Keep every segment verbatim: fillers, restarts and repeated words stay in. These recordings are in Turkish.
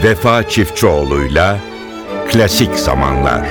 Vefa Çiftçioğlu'yla Klasik Zamanlar.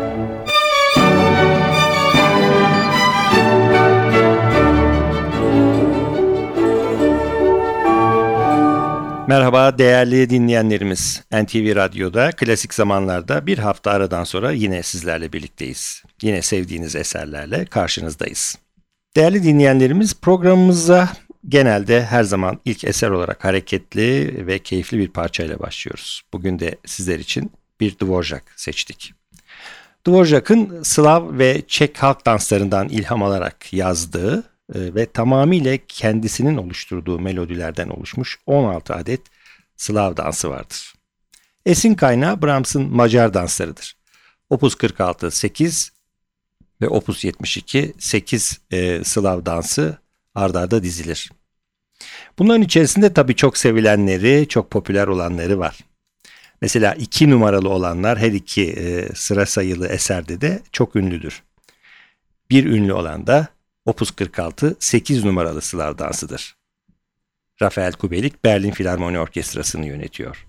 Merhaba değerli dinleyenlerimiz. N T V Radyo'da Klasik Zamanlar'da bir hafta aradan sonra yine sizlerle birlikteyiz. Yine sevdiğiniz eserlerle karşınızdayız. Değerli dinleyenlerimiz, programımıza genelde her zaman ilk eser olarak hareketli ve keyifli bir parçayla başlıyoruz. Bugün de sizler için bir Dvorak seçtik. Dvorak'ın Slav ve Çek halk danslarından ilham alarak yazdığı ve tamamıyla kendisinin oluşturduğu melodilerden oluşmuş on altı adet Slav dansı vardır. Esin kaynağı Brahms'ın Macar danslarıdır. Opus kırk altı sekiz ve Opus yetmiş iki sekiz e, Slav dansı ard arda dizilir. Bunların içerisinde tabii çok sevilenleri, çok popüler olanları var. Mesela iki numaralı olanlar her iki e, sıra sayılı eserde de çok ünlüdür. Bir ünlü olan da Opus kırk altı sekiz numaralı Slav dansıdır. Rafael Kubelik Berlin Filarmoni Orkestrası'nı yönetiyor.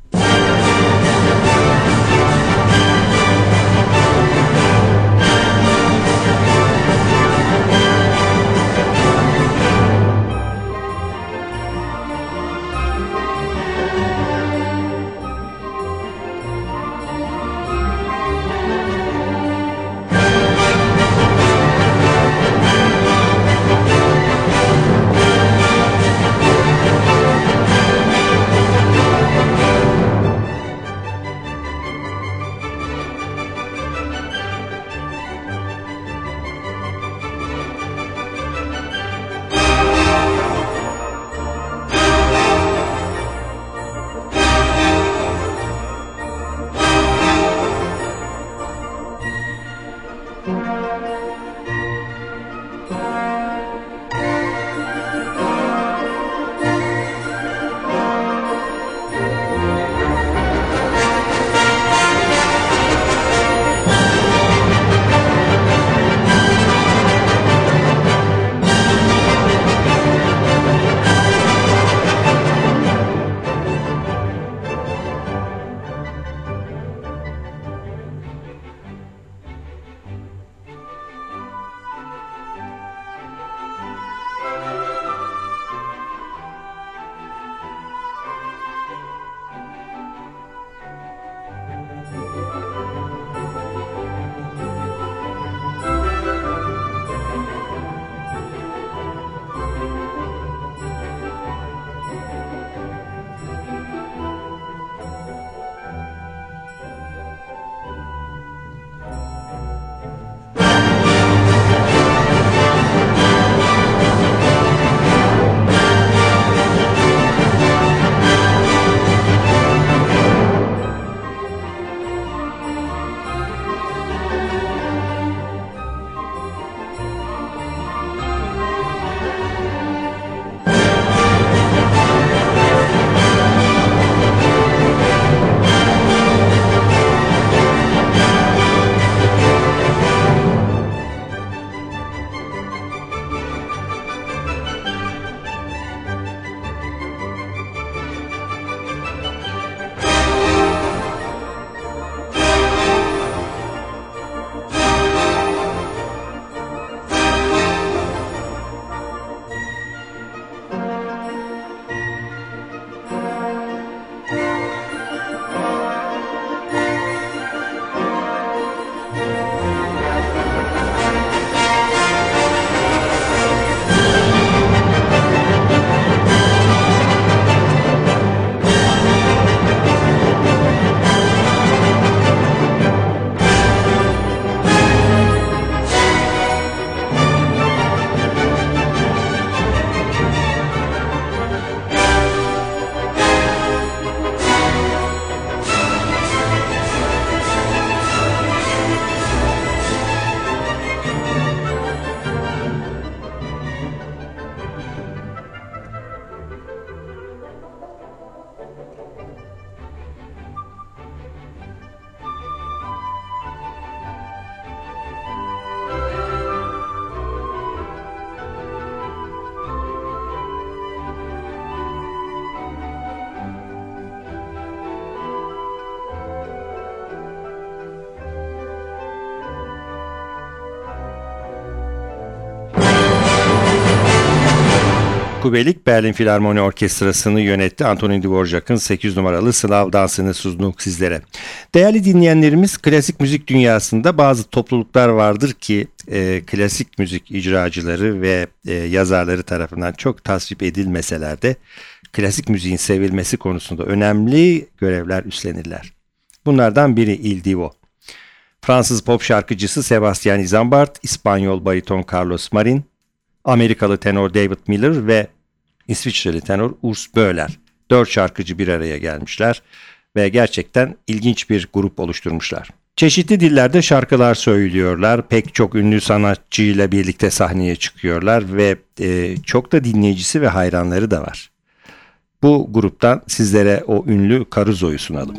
Kubelik Berlin Filarmoni Orkestrası'nı yönetti. Antonin Dvorak'ın sekiz numaralı Slav Dansı'nı sunduk sizlere. Değerli dinleyenlerimiz, klasik müzik dünyasında bazı topluluklar vardır ki e, klasik müzik icracıları ve e, yazarları tarafından çok tasvip edilmeseler de klasik müziğin sevilmesi konusunda önemli görevler üstlenirler. Bunlardan biri Il Divo. Fransız pop şarkıcısı Sebastian Isambard, İspanyol bariton Carlos Marin, Amerikalı tenor David Miller ve İsviçreli tenor Urs Böhler. Dört şarkıcı bir araya gelmişler ve gerçekten ilginç bir grup oluşturmuşlar. Çeşitli dillerde şarkılar söylüyorlar, pek çok ünlü sanatçıyla birlikte sahneye çıkıyorlar ve e, çok da dinleyicisi ve hayranları da var. Bu gruptan sizlere o ünlü Caruso'yu sunalım.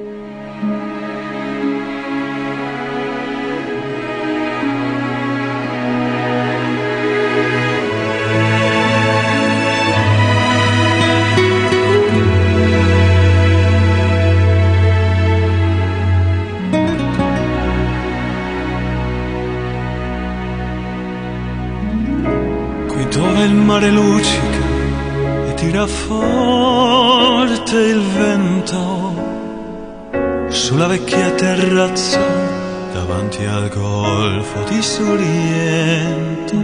Dove il mare luccica e tira forte il vento sulla vecchia terrazza davanti al golfo di Sorrento.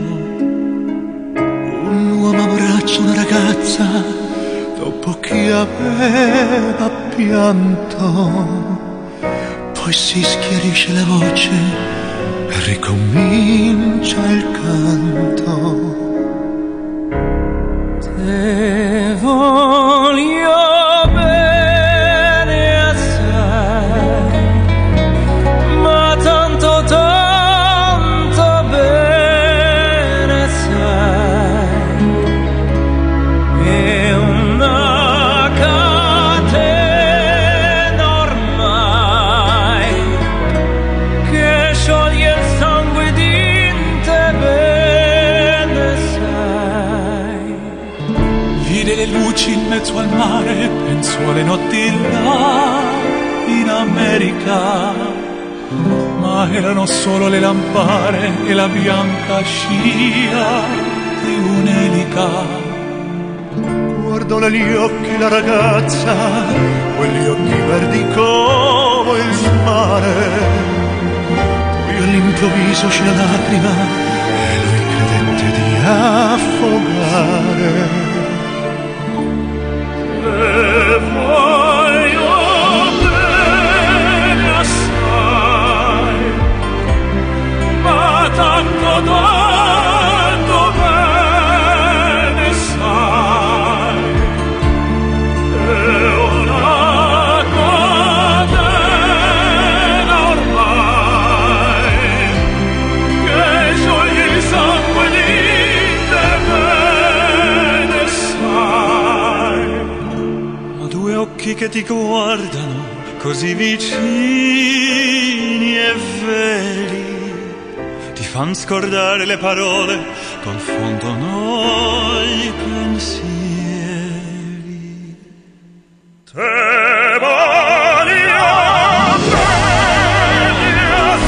Un uomo abbraccia una ragazza dopo che aveva pianto, poi si schiarisce la voce e ricomincia il canto. Te voglio bene assai, ma tanto tanto bene sai, è una catena ormai che scioglie il sangue di te bene sai. Vide le luci in mezzo al mare, pensò alle notti là in America, ma erano solo le lampare e la bianca scia di un'elica. Guardò negli occhi la ragazza, quegli occhi verdi come il mare, poi all'improvviso uscì la lacrima e lui credette di affogare. Te voglio bene assai, ma tanto tanto bene sai, è una catena ormai che scioglie il sangue di te bene sai. Due occhi che ti guardano così vicini e veri, ti fan scordare le parole, confondono i pensieri. Te voglio bene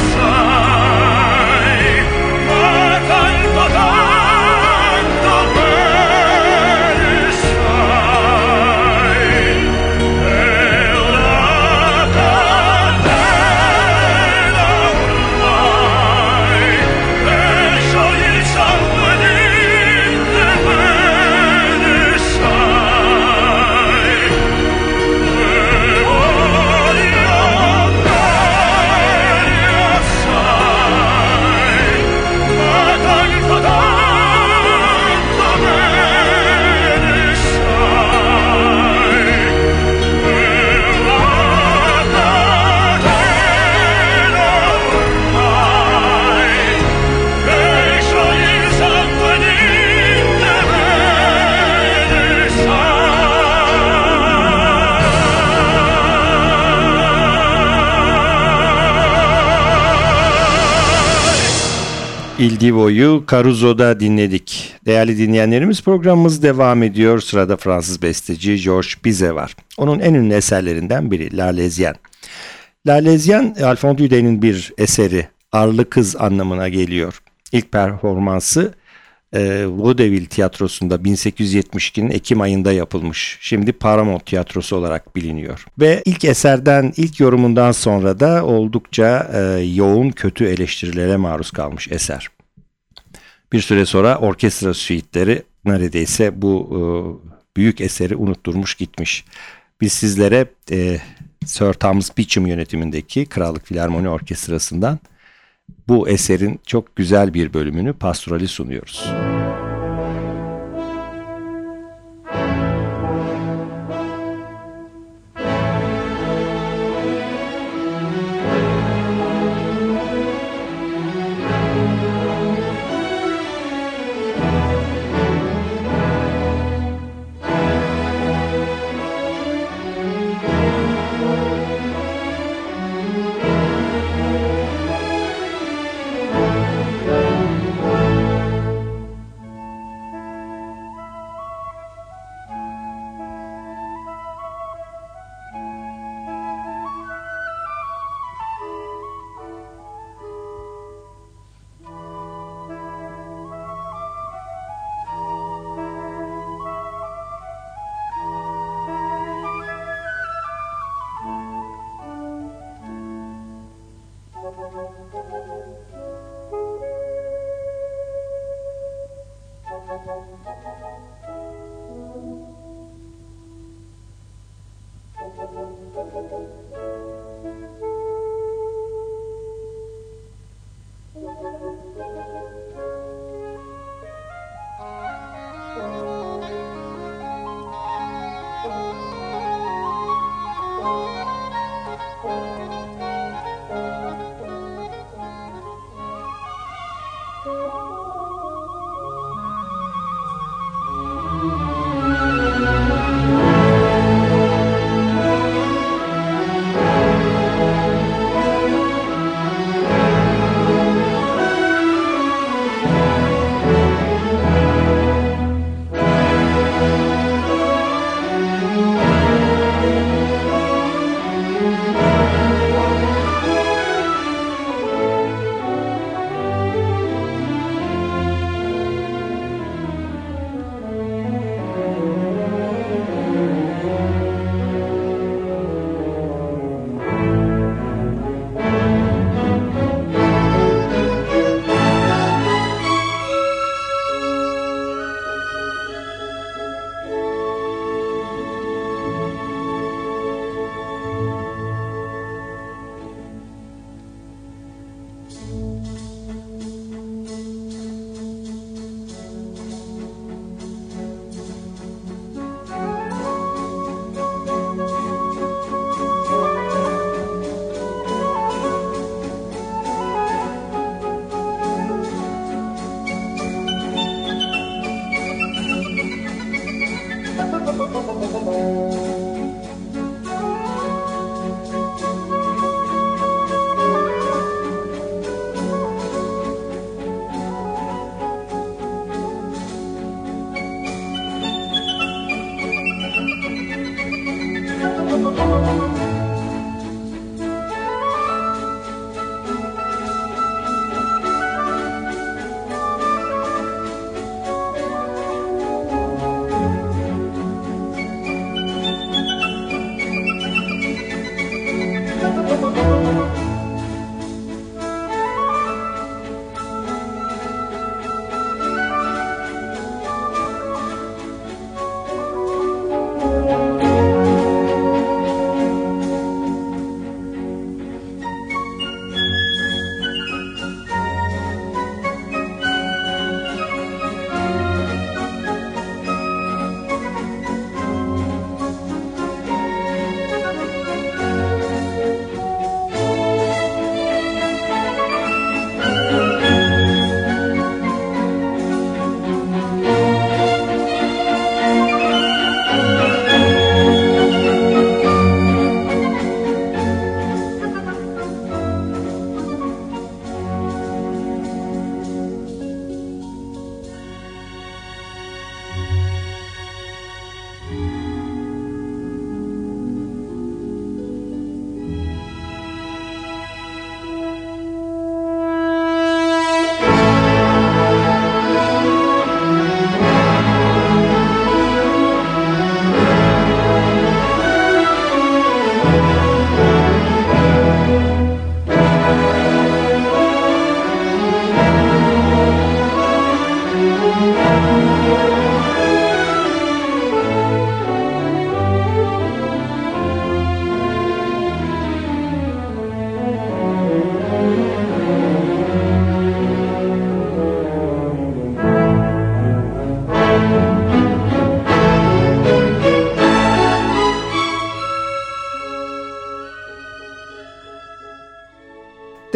assai, ma tanto tanto bene sai. Il Divo'yu Caruso'da dinledik. Değerli dinleyenlerimiz, programımız devam ediyor. Sırada Fransız besteci Georges Bizet var. Onun en ünlü eserlerinden biri L'Arlésienne. L'Arlésienne, Alphonse Daudet bir eseri. Arlı kız anlamına geliyor. İlk performansı e, Vaudeville Tiyatrosu'nda bin sekiz yüz yetmiş ikinin Ekim ayında yapılmış. Şimdi Paramount Tiyatrosu olarak biliniyor. Ve ilk eserden, ilk yorumundan sonra da oldukça e, yoğun kötü eleştirilere maruz kalmış eser. Bir süre sonra orkestra suiteleri neredeyse bu e, büyük eseri unutturmuş gitmiş. Biz sizlere e, Sir Thomas Beecham yönetimindeki Krallık Filarmoni Orkestrası'ndan bu eserin çok güzel bir bölümünü, Pastoral'i sunuyoruz.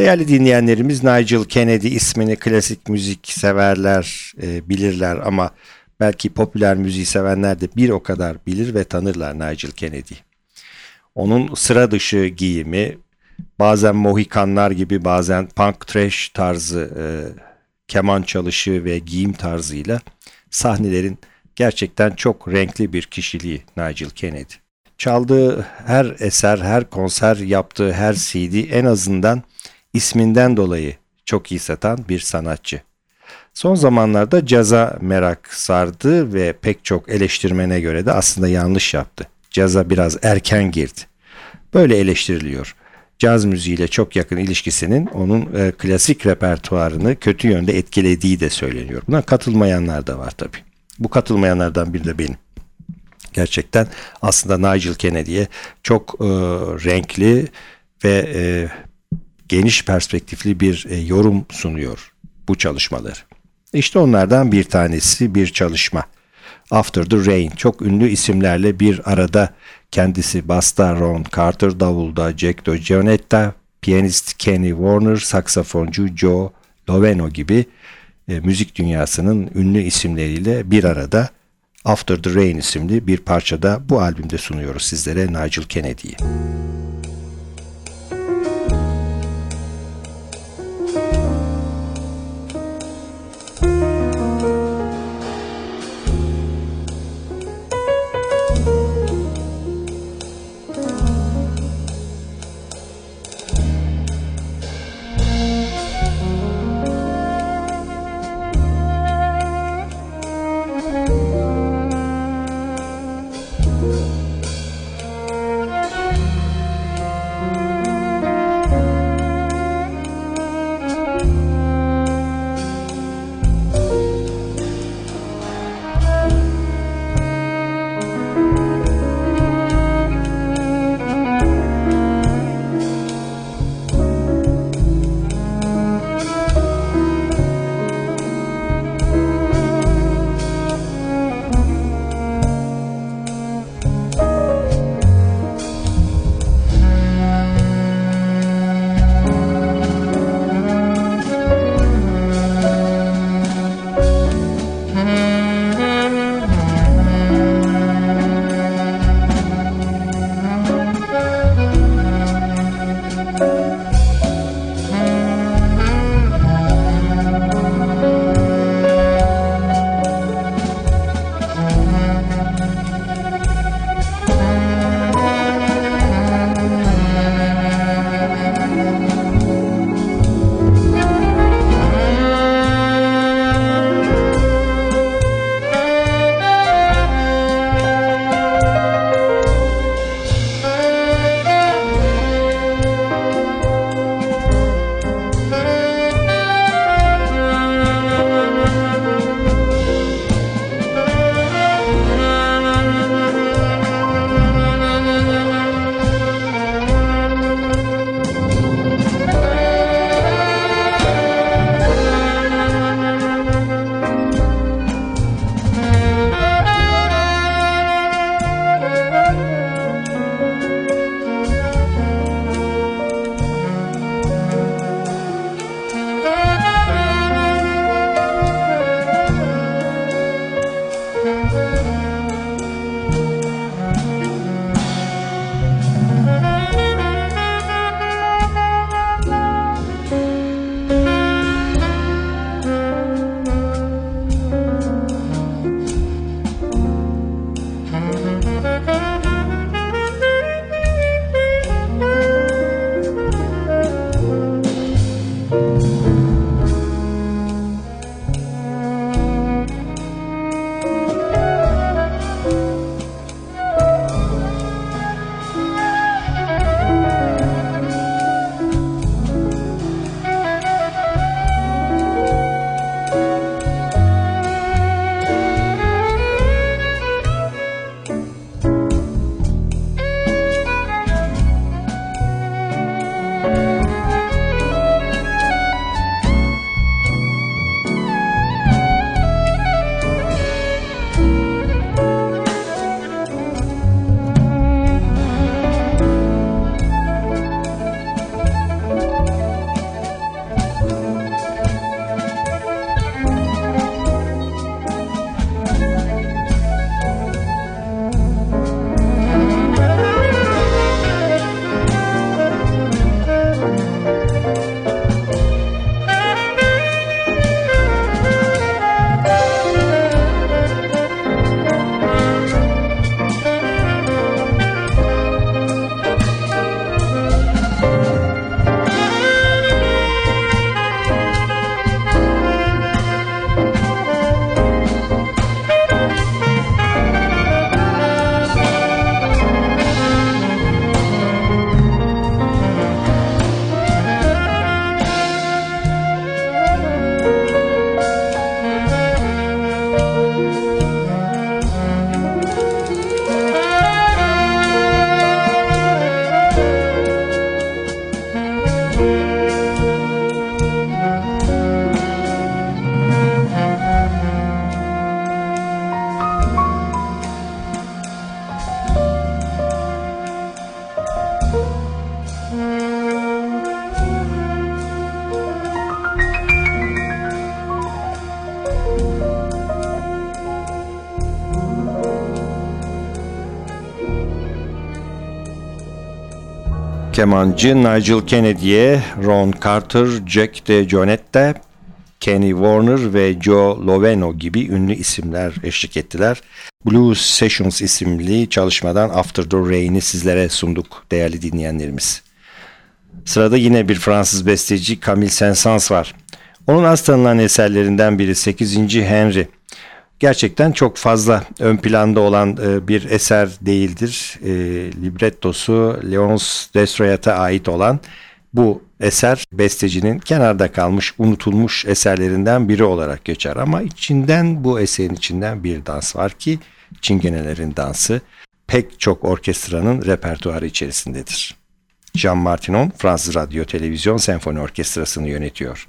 Değerli dinleyenlerimiz, Nigel Kennedy ismini klasik müzik severler e, bilirler ama belki popüler müziği sevenler de bir o kadar bilir ve tanırlar Nigel Kennedy. Onun sıra dışı giyimi, bazen Mohikanlar gibi bazen punk trash tarzı e, keman çalışı ve giyim tarzıyla sahnelerin gerçekten çok renkli bir kişiliği Nigel Kennedy. Çaldığı her eser, her konser, yaptığı her C D en azından isminden dolayı çok iyi satan bir sanatçı. Son zamanlarda caza merak sardı ve pek çok eleştirmene göre de aslında yanlış yaptı. Caza biraz erken girdi. Böyle eleştiriliyor. Caz müziğiyle çok yakın ilişkisinin onun e, klasik repertuarını kötü yönde etkilediği de söyleniyor. Buna katılmayanlar da var tabii. Bu katılmayanlardan biri de benim. Gerçekten aslında Nigel Kennedy'ye çok e, renkli ve e, geniş perspektifli bir e, yorum sunuyor bu çalışmaları. İşte onlardan bir tanesi bir çalışma. After the Rain. Çok ünlü isimlerle bir arada kendisi basta Ron Carter, davulda Jack DeJohnetta, piyanist Kenny Warner, saksafoncu Joe Loveno gibi e, müzik dünyasının ünlü isimleriyle bir arada After the Rain isimli bir parçada bu albümde sunuyoruz sizlere Nigel Kennedy'yi. kemancı Nigel Kennedy'ye Ron Carter, Jack DeJohnette, Kenny Warner ve Joe Loveno gibi ünlü isimler eşlik ettiler. Blues Sessions isimli çalışmadan After the Rain'i sizlere sunduk değerli dinleyenlerimiz. Sırada yine bir Fransız besteci Camille Saint-Saëns var. Onun az tanınan eserlerinden biri sekizinci Henry. Gerçekten çok fazla ön planda olan bir eser değildir. E, librettosu Léonce Destroyat'a ait olan bu eser bestecinin kenarda kalmış, unutulmuş eserlerinden biri olarak geçer. Ama içinden, bu eserin içinden bir dans var ki Çingenelerin Dansı pek çok orkestranın repertuarı içerisindedir. Jean Martinon, Fransız Radyo Televizyon Senfoni Orkestrası'nı yönetiyor.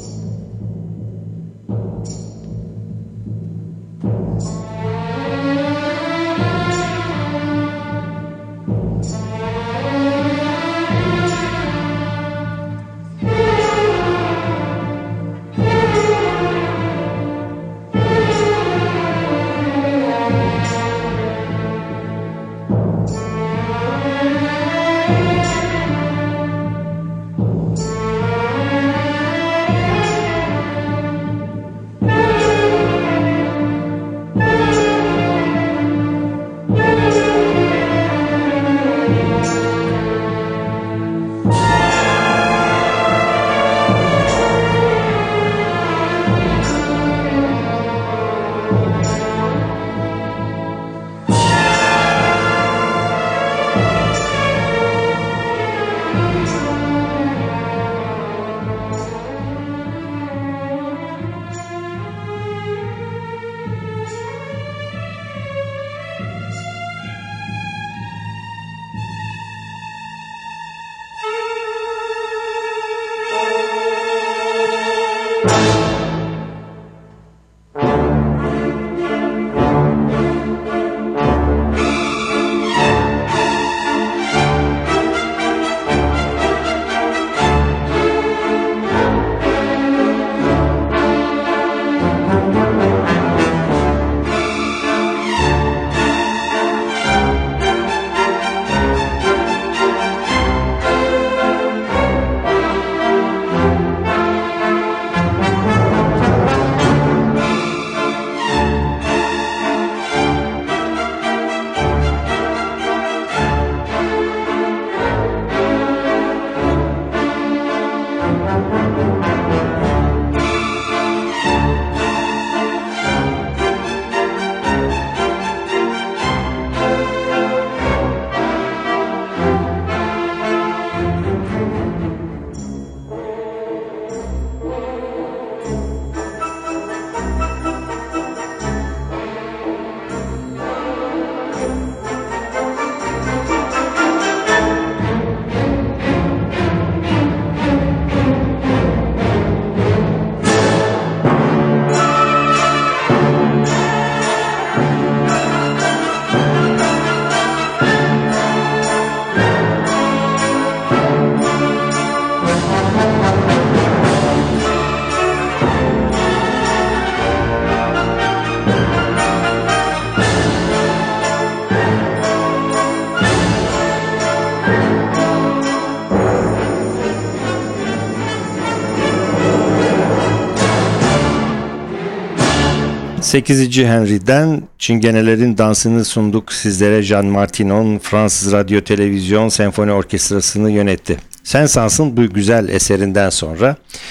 sekizinci Henry'den Çingenelerin Dansı'nı sunduk sizlere. Jean Martinon, Fransız Radyo Televizyon Senfoni Orkestrası'nı yönetti. Saint-Saëns'ın bu güzel eserinden sonra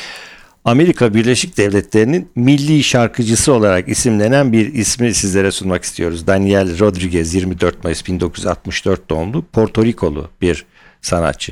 Amerika Birleşik Devletleri'nin milli şarkıcısı olarak isimlenen bir ismi sizlere sunmak istiyoruz. Daniel Rodriguez, yirmi dört Mayıs bin dokuz yüz altmış dört doğumlu Porto Rikolu bir sanatçı.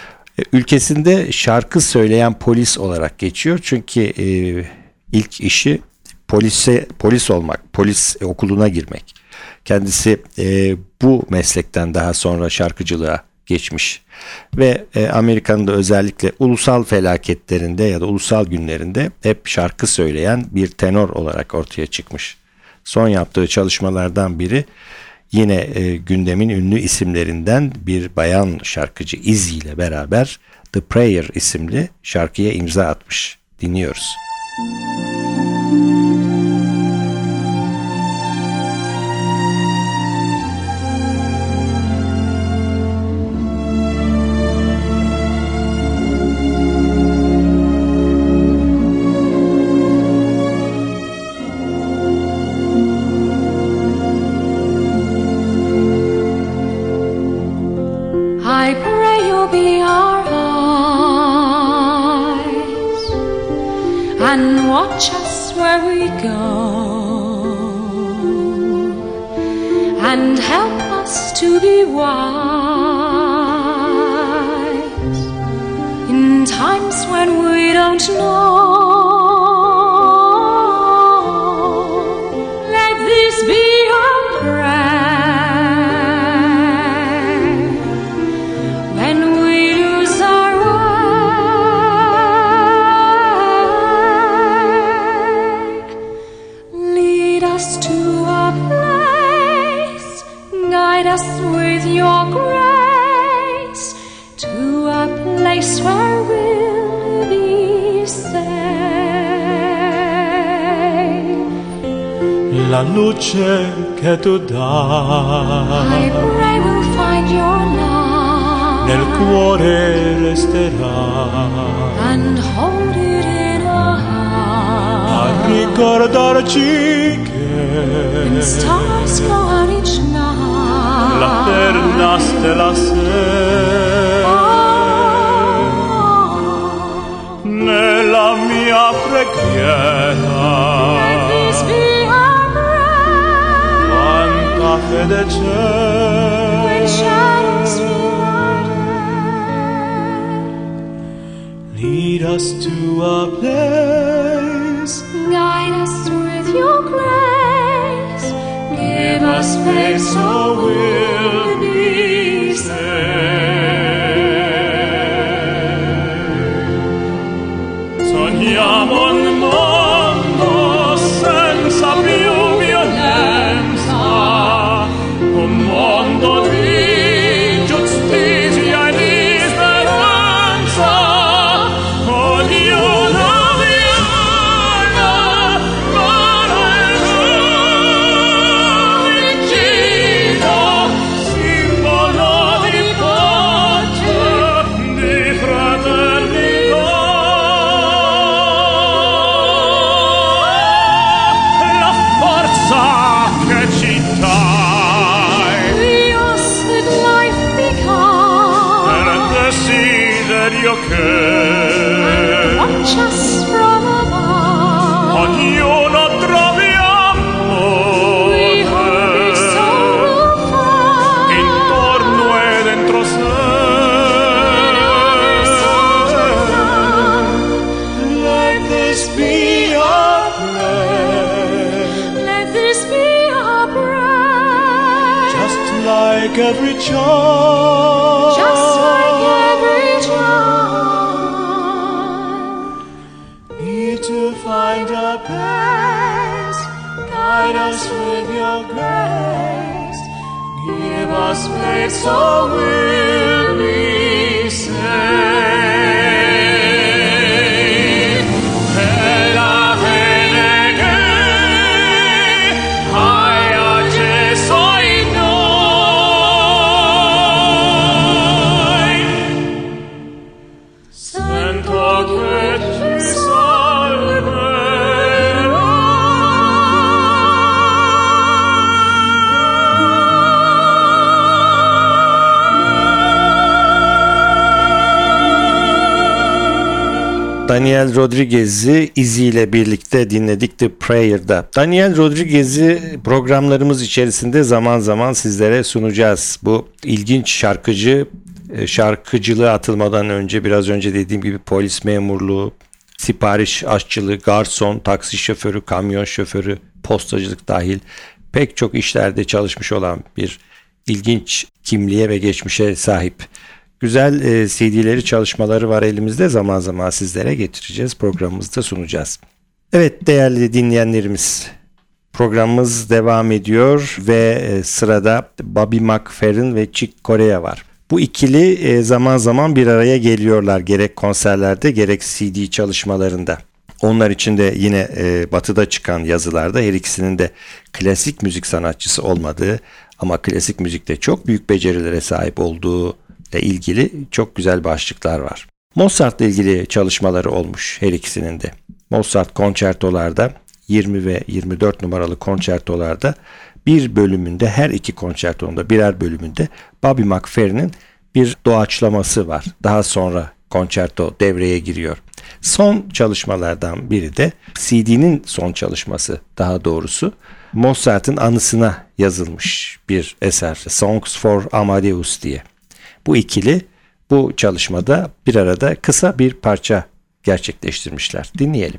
Ülkesinde şarkı söyleyen polis olarak geçiyor. Çünkü e, ilk işi polise polis olmak, polis okuluna girmek. Kendisi e, bu meslekten daha sonra şarkıcılığa geçmiş ve e, Amerika'nın da özellikle ulusal felaketlerinde ya da ulusal günlerinde hep şarkı söyleyen bir tenor olarak ortaya çıkmış. Son yaptığı çalışmalardan biri yine e, gündemin ünlü isimlerinden bir bayan şarkıcı Izzy ile beraber The Prayer isimli şarkıya imza atmış. Dinliyoruz. and watch us where we go, and help us to be wise in times when we don't know. Let this be our prayer when we lose our way. Lead us to a place, guide us with your grace, to a place where we'll be safe. La luce che tu dai, I pray we'll find your love nel cuore resterà, and hold it in our a heart. ricordarci When che stars go out each night, la terra stella sei. oh, Nella mia preghiera let this be our prayer quanta fede when c'è. shadows fill our day. Lead us to a place, Guide us with your grace, give us faith so we'll be saved. sogniamo un mondo senza più violenza, un mondo di giustizia e di speranza, ognuno viaggia para il vicino, simbolo di pace, di fraternità. La forza che ci dai The us that life becomes, per il desiderio che watch us from above. ognuno trovi We hope this soul amore will find intorno e dentro sé. Let this be our prayer, Let this be our prayer, just like every child, just like every child. need to find a place, guide us with your grace, give us faith so we'll be saved. E la fede che hai acceso in noi, sento che ci Daniel Rodriguez'i Izzy ile birlikte dinledik The Prayer'da. Daniel Rodriguez'i programlarımız içerisinde zaman zaman sizlere sunacağız. Bu ilginç şarkıcı şarkıcılığa atılmadan önce biraz önce dediğim gibi polis memurluğu, sipariş aşçılığı, garson, taksi şoförü, kamyon şoförü, postacılık dahil pek çok işlerde çalışmış olan bir ilginç kimliğe ve geçmişe sahip. Güzel e, C D'leri, çalışmaları var elimizde, zaman zaman sizlere getireceğiz, programımızda sunacağız. Evet değerli dinleyenlerimiz, programımız devam ediyor ve e, sırada Bobby McFerrin ve Chick Corea var. Bu ikili e, zaman zaman bir araya geliyorlar, gerek konserlerde gerek C D çalışmalarında. Onlar için de yine e, batıda çıkan yazılarda her ikisinin de klasik müzik sanatçısı olmadığı ama klasik müzikte çok büyük becerilere sahip olduğu ile ilgili çok güzel başlıklar var. Mozart'la ilgili çalışmaları olmuş her ikisinin de. Mozart konçertolarda yirmi ve yirmi dört numaralı konçertolarda bir bölümünde, her iki konçertonda birer bölümünde Bobby McFerrin'in bir doğaçlaması var. Daha sonra konçerto devreye giriyor. Son çalışmalardan biri de C D'nin son çalışması, daha doğrusu Mozart'ın anısına yazılmış bir eser, Songs for Amadeus diye. Bu ikili bu çalışmada bir arada kısa bir parça gerçekleştirmişler. Dinleyelim.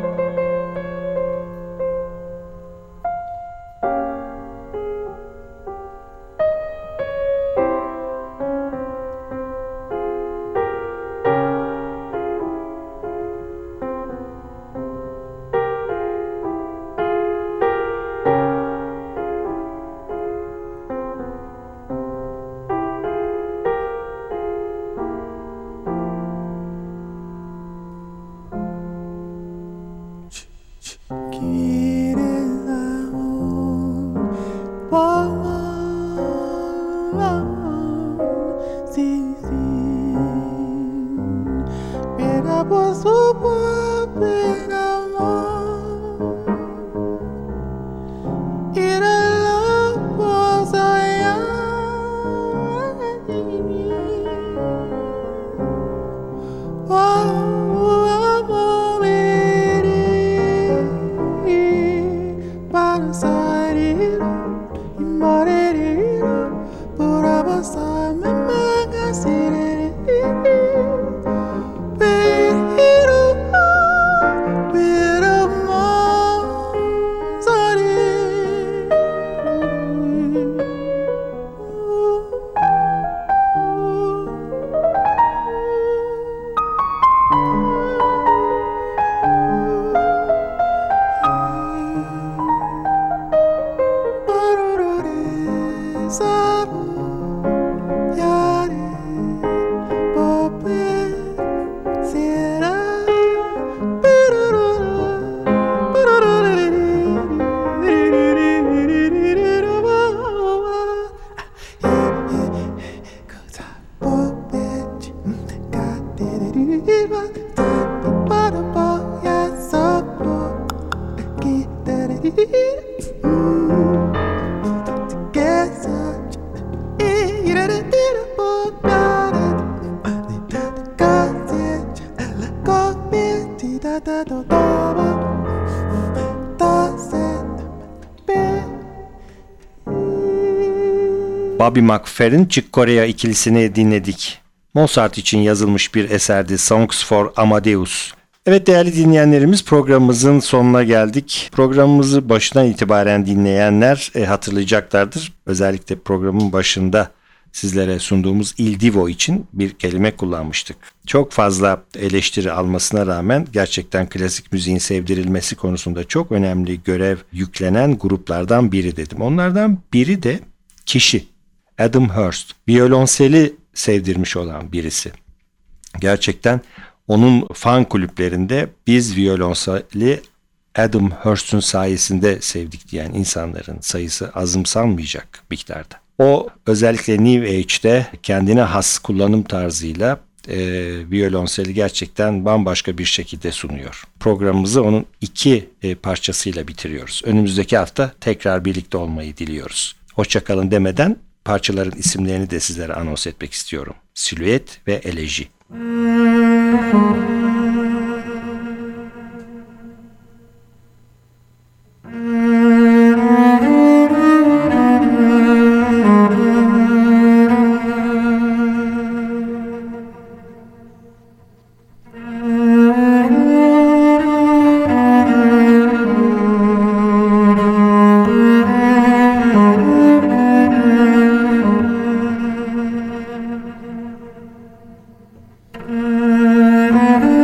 Bobby McFerrin Chick Corea ikilisini dinledik. Mozart için yazılmış bir eserdi Songs for Amadeus. Evet değerli dinleyenlerimiz, programımızın sonuna geldik. Programımızı başından itibaren dinleyenler e, hatırlayacaklardır. Özellikle programın başında sizlere sunduğumuz Il Divo için bir kelime kullanmıştık. Çok fazla eleştiri almasına rağmen gerçekten klasik müziğin sevdirilmesi konusunda çok önemli görev yüklenen gruplardan biri dedim. Onlardan biri de kişi. Adam Hurst, violonseli sevdirmiş olan birisi. Gerçekten onun fan kulüplerinde biz violonseli Adam Hurst'un sayesinde sevdik diyen insanların sayısı azımsanmayacak miktarda. O özellikle New Age'de kendine has kullanım tarzıyla e, violonseli gerçekten bambaşka bir şekilde sunuyor. Programımızı onun iki e, parçasıyla bitiriyoruz. Önümüzdeki hafta tekrar birlikte olmayı diliyoruz. Hoşçakalın demeden parçaların isimlerini de sizlere anons etmek istiyorum. Silüet ve Eleji. Mm-hmm.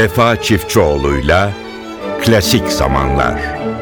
Vefa Çiftçioğlu'yla Klasik Zamanlar.